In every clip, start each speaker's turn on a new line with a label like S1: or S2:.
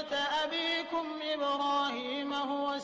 S1: ملة أبيكم إبراهيم هو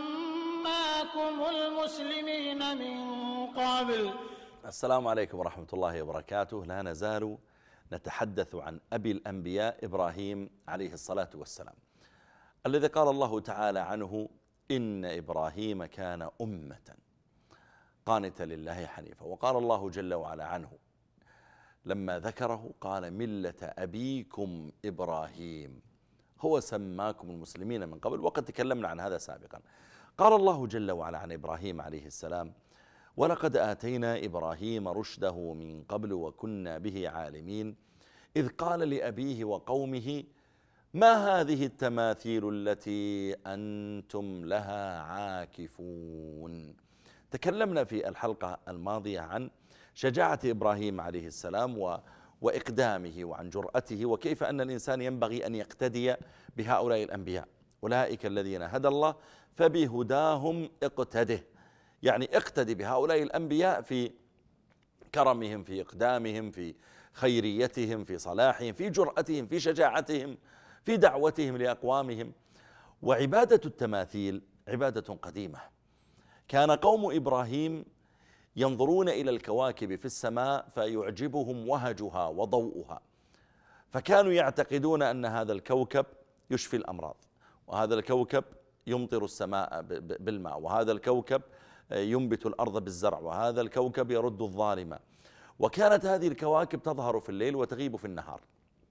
S1: سماكم المسلمين من قبل.
S2: السلام عليكم ورحمة الله وبركاته. لا نزال نتحدث عن أبي الأنبياء إبراهيم عليه الصلاة والسلام، الذي قال الله تعالى عنه: إن إبراهيم كان أمة قانتا لله حنيفا. وقال الله جل وعلا عنه لما ذكره قال: ملة أبيكم إبراهيم هو سماكم المسلمين من قبل. وقد تكلمنا عن هذا سابقا. قال الله جل وعلا عن إبراهيم عليه السلام: ولقد آتينا إبراهيم رشده من قبل وكنا به عالمين إذ قال لأبيه وقومه ما هذه التماثيل التي أنتم لها عاكفون. تكلمنا في الحلقة الماضية عن شجاعة إبراهيم عليه السلام وإقدامه وعن جرأته، وكيف أن الإنسان ينبغي أن يقتدي بهؤلاء الأنبياء. أولئك الذين هدى الله فبهداهم اقتده، يعني اقتدي بهؤلاء الأنبياء في كرمهم، في إقدامهم، في خيريتهم، في صلاحهم، في جرأتهم، في شجاعتهم، في دعوتهم لأقوامهم. وعبادة التماثيل عبادة قديمة. كان قوم إبراهيم ينظرون إلى الكواكب في السماء فيعجبهم وهجها وضوءها، فكانوا يعتقدون أن هذا الكوكب يشفي الأمراض، وهذا الكوكب يمطر السماء بالماء، وهذا الكوكب ينبت الأرض بالزرع، وهذا الكوكب يرد الظالم. وكانت هذه الكواكب تظهر في الليل وتغيب في النهار،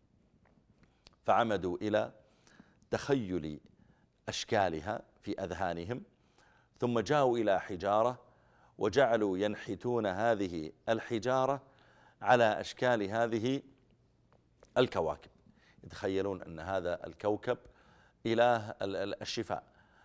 S2: فعمدوا إلى تخيل أشكالها في أذهانهم، ثم جاءوا إلى حجارة وجعلوا ينحتون هذه الحجارة على أشكال هذه الكواكب، يتخيلون أن هذا الكوكب إله الشفاء،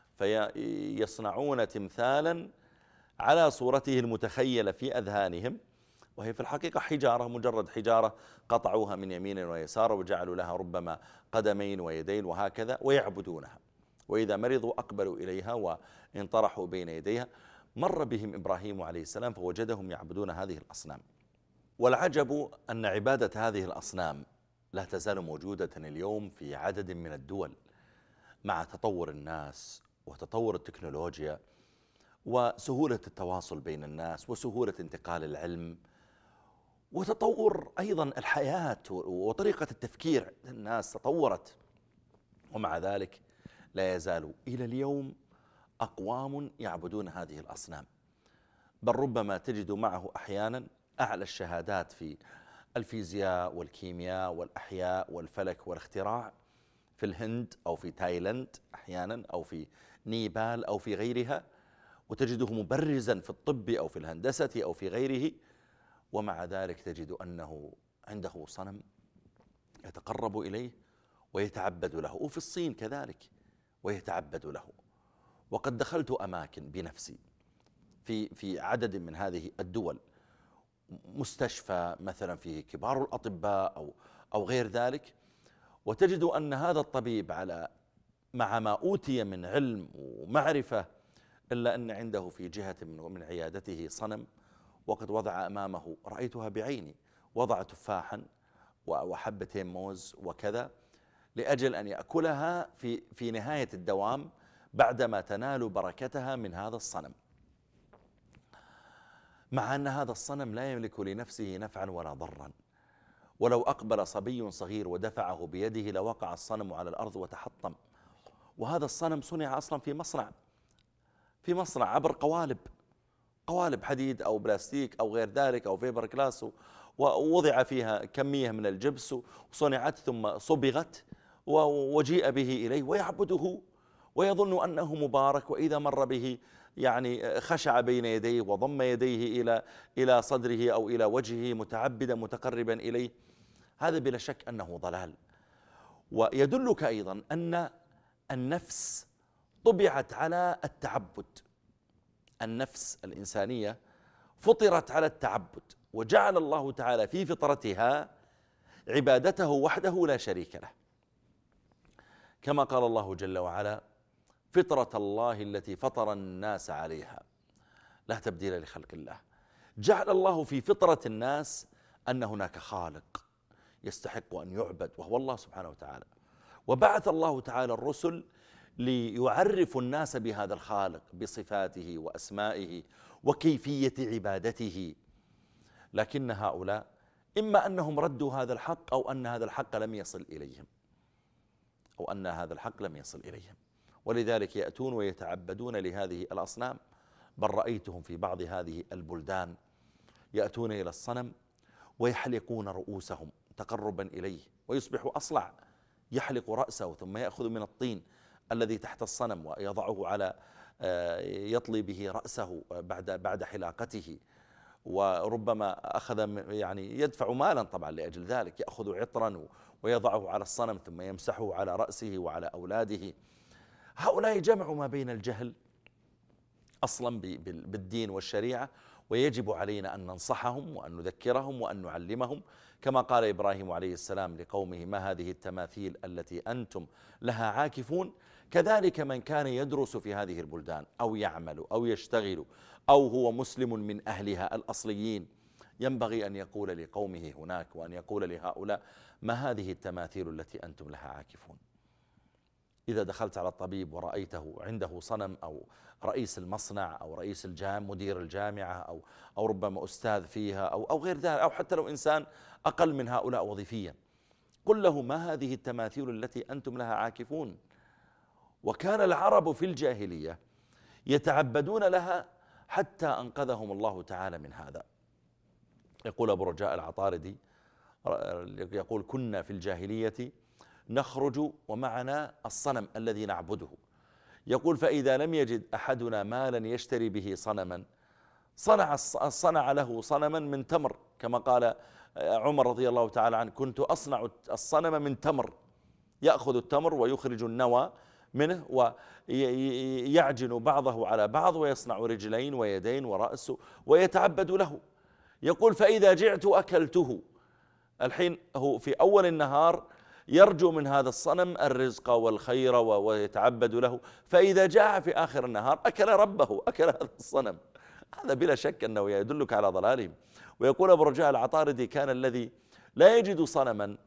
S2: فيصنعون تمثالا على صورته المتخيلة في أذهانهم، وهي في الحقيقة حجارة، مجرد حجارة قطعوها من يمين ويسار وجعلوا لها ربما قدمين ويدين وهكذا، ويعبدونها. وإذا مرضوا أقبلوا إليها وانطرحوا بين يديها. مر بهم إبراهيم عليه السلام فوجدهم يعبدون هذه الأصنام. والعجب أن عبادة هذه الأصنام لا تزال موجودة اليوم في عدد من الدول، مع تطور الناس وتطور التكنولوجيا وسهولة التواصل بين الناس وسهولة انتقال العلم وتطور أيضا الحياة وطريقة التفكير. الناس تطورت، ومع ذلك لا يزال إلى اليوم أقوام يعبدون هذه الأصنام، بل ربما تجد معه أحيانا أعلى الشهادات في الفيزياء والكيمياء والأحياء والفلك والاختراع في الهند أو في تايلاند أحيانا أو في نيبال أو في غيرها، وتجده مبرزا في الطب أو في الهندسة أو في غيره، ومع ذلك تجد أنه عنده صنم يتقرب إليه ويتعبد له، وفي الصين كذلك ويتعبد له. وقد دخلت أماكن بنفسي في عدد من هذه الدول، مستشفى مثلا فيه كبار الأطباء أو غير ذلك، وتجد أن هذا الطبيب مع ما أوتي من علم ومعرفة إلا أن عنده في جهة من عيادته صنم، وقد وضع أمامه، رأيتها بعيني، وضع تفاحا وحبتين موز وكذا لأجل أن يأكلها في نهاية الدوام بعدما تنال بركتها من هذا الصنم، مع أن هذا الصنم لا يملك لنفسه نفعا ولا ضرا. ولو أقبل صبي صغير ودفعه بيده لوقع الصنم على الأرض وتحطم. وهذا الصنم صنع أصلا في مصنع عبر قوالب حديد أو بلاستيك أو غير ذلك أو فيبر كلاس، ووضع فيها كمية من الجبس وصنعت ثم صبغت وجيء به إليه ويعبده ويظن أنه مبارك، وإذا مر به يعني خشع بين يديه وضم يديه إلى صدره أو إلى وجهه متعبدا متقربا إليه. هذا بلا شك أنه ضلال. ويدلك أيضا أن النفس طبعت على التعبد، النفس الإنسانية فطرت على التعبد، وجعل الله تعالى في فطرتها عبادته وحده لا شريك له، كما قال الله جل وعلا: فطرة الله التي فطر الناس عليها لا تبديل لخلق الله. جعل الله في فطرة الناس أن هناك خالق يستحق أن يعبد وهو الله سبحانه وتعالى، وبعث الله تعالى الرسل ليعرفوا الناس بهذا الخالق بصفاته وأسمائه وكيفية عبادته. لكن هؤلاء إما أنهم ردوا هذا الحق أو أن هذا الحق لم يصل إليهم، ولذلك يأتون ويتعبدون لهذه الأصنام. بل رأيتهم في بعض هذه البلدان يأتون إلى الصنم ويحلقون رؤوسهم تقربا إليه، ويصبح أصلع، يحلق رأسه ثم يأخذ من الطين الذي تحت الصنم ويضعه على يطلي به رأسه بعد حلاقته، وربما أخذ يعني يدفع مالا طبعا لأجل ذلك، يأخذ عطرا ويضعه على الصنم ثم يمسحه على رأسه وعلى أولاده. هؤلاء جمعوا ما بين الجهل أصلا بالدين والشريعة، ويجب علينا أن ننصحهم وأن نذكرهم وأن نعلمهم، كما قال إبراهيم عليه السلام لقومه: ما هذه التماثيل التي أنتم لها عاكفون. كذلك من كان يدرس في هذه البلدان أو يعمل أو يشتغل أو هو مسلم من أهلها الأصليين ينبغي أن يقول لقومه هناك وأن يقول لهؤلاء: ما هذه التماثيل التي أنتم لها عاكفون. إذا دخلت على الطبيب ورأيته عنده صنم، أو رئيس المصنع، أو رئيس مدير الجامعة، أو ربما أستاذ فيها، أو غير ذلك، أو حتى لو إنسان أقل من هؤلاء وظيفيا، قل له: ما هذه التماثيل التي أنتم لها عاكفون. وكان العرب في الجاهلية يتعبدون لها حتى أنقذهم الله تعالى من هذا. يقول أبو رجاء العطاردي، يقول: كنا في الجاهلية نخرج ومعنا الصنم الذي نعبده، يقول: فإذا لم يجد أحدنا مالا يشتري به صنما صنع له صنما من تمر، كما قال عمر رضي الله تعالى عنه: كنت أصنع الصنم من تمر، يأخذ التمر ويخرج النوى منه ويعجن بعضه على بعض ويصنع رجلين ويدين ورأس ويتعبد له. يقول: فإذا جعت أكلته. الحين هو في أول النهار يرجو من هذا الصنم الرزق والخير ويتعبد له، فإذا جاء في آخر النهار أكل ربه، أكل هذا الصنم. هذا بلا شك أنه يدلك على ضلالهم. ويقول أبو رجاء العطاردي: كان الذي لا يجد صنما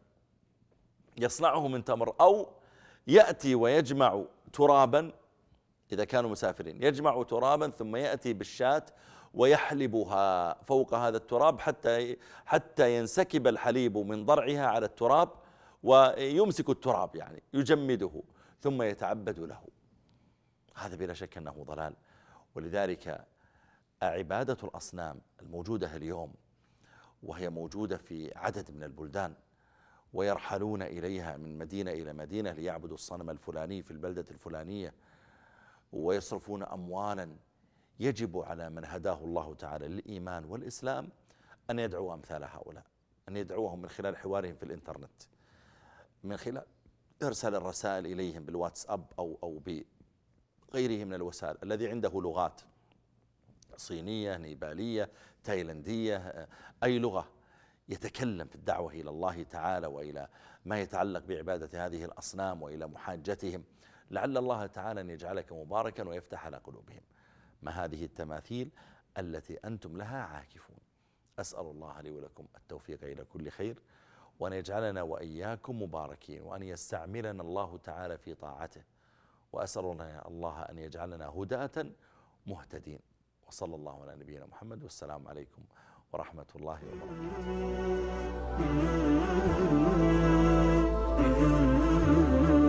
S2: يصنعه من تمر، أو يأتي ويجمع ترابا، إذا كانوا مسافرين يجمع ترابا ثم يأتي بالشاة ويحلبها فوق هذا التراب حتى ينسكب الحليب من ضرعها على التراب، ويمسك التراب يعني يجمده ثم يتعبد له. هذا بلا شك أنه ضلال. ولذلك عبادة الأصنام الموجودة اليوم، وهي موجودة في عدد من البلدان، ويرحلون إليها من مدينة إلى مدينة ليعبدوا الصنم الفلاني في البلدة الفلانية، ويصرفون أموالا، يجب على من هداه الله تعالى للإيمان والإسلام أن يدعو أمثال هؤلاء، أن يدعوهم من خلال حوارهم في الإنترنت، من خلال إرسال الرسائل إليهم بالواتساب أو بغيره من الوسائل. الذي عنده لغات صينية، نيبالية، تايلندية، أي لغة، يتكلم في الدعوة إلى الله تعالى وإلى ما يتعلق بعبادة هذه الأصنام وإلى محاجتهم، لعل الله تعالى أن يجعلك مباركا ويفتح على قلوبهم. ما هذه التماثيل التي أنتم لها عاكفون. أسأل الله لي ولكم التوفيق إلى كل خير، وأن يجعلنا وإياكم مباركين، وأن يستعملنا الله تعالى في طاعته، وأسأل الله أن يجعلنا هداة مهتدين. وصلى الله على نبينا محمد، والسلام عليكم ورحمة الله وبركاته.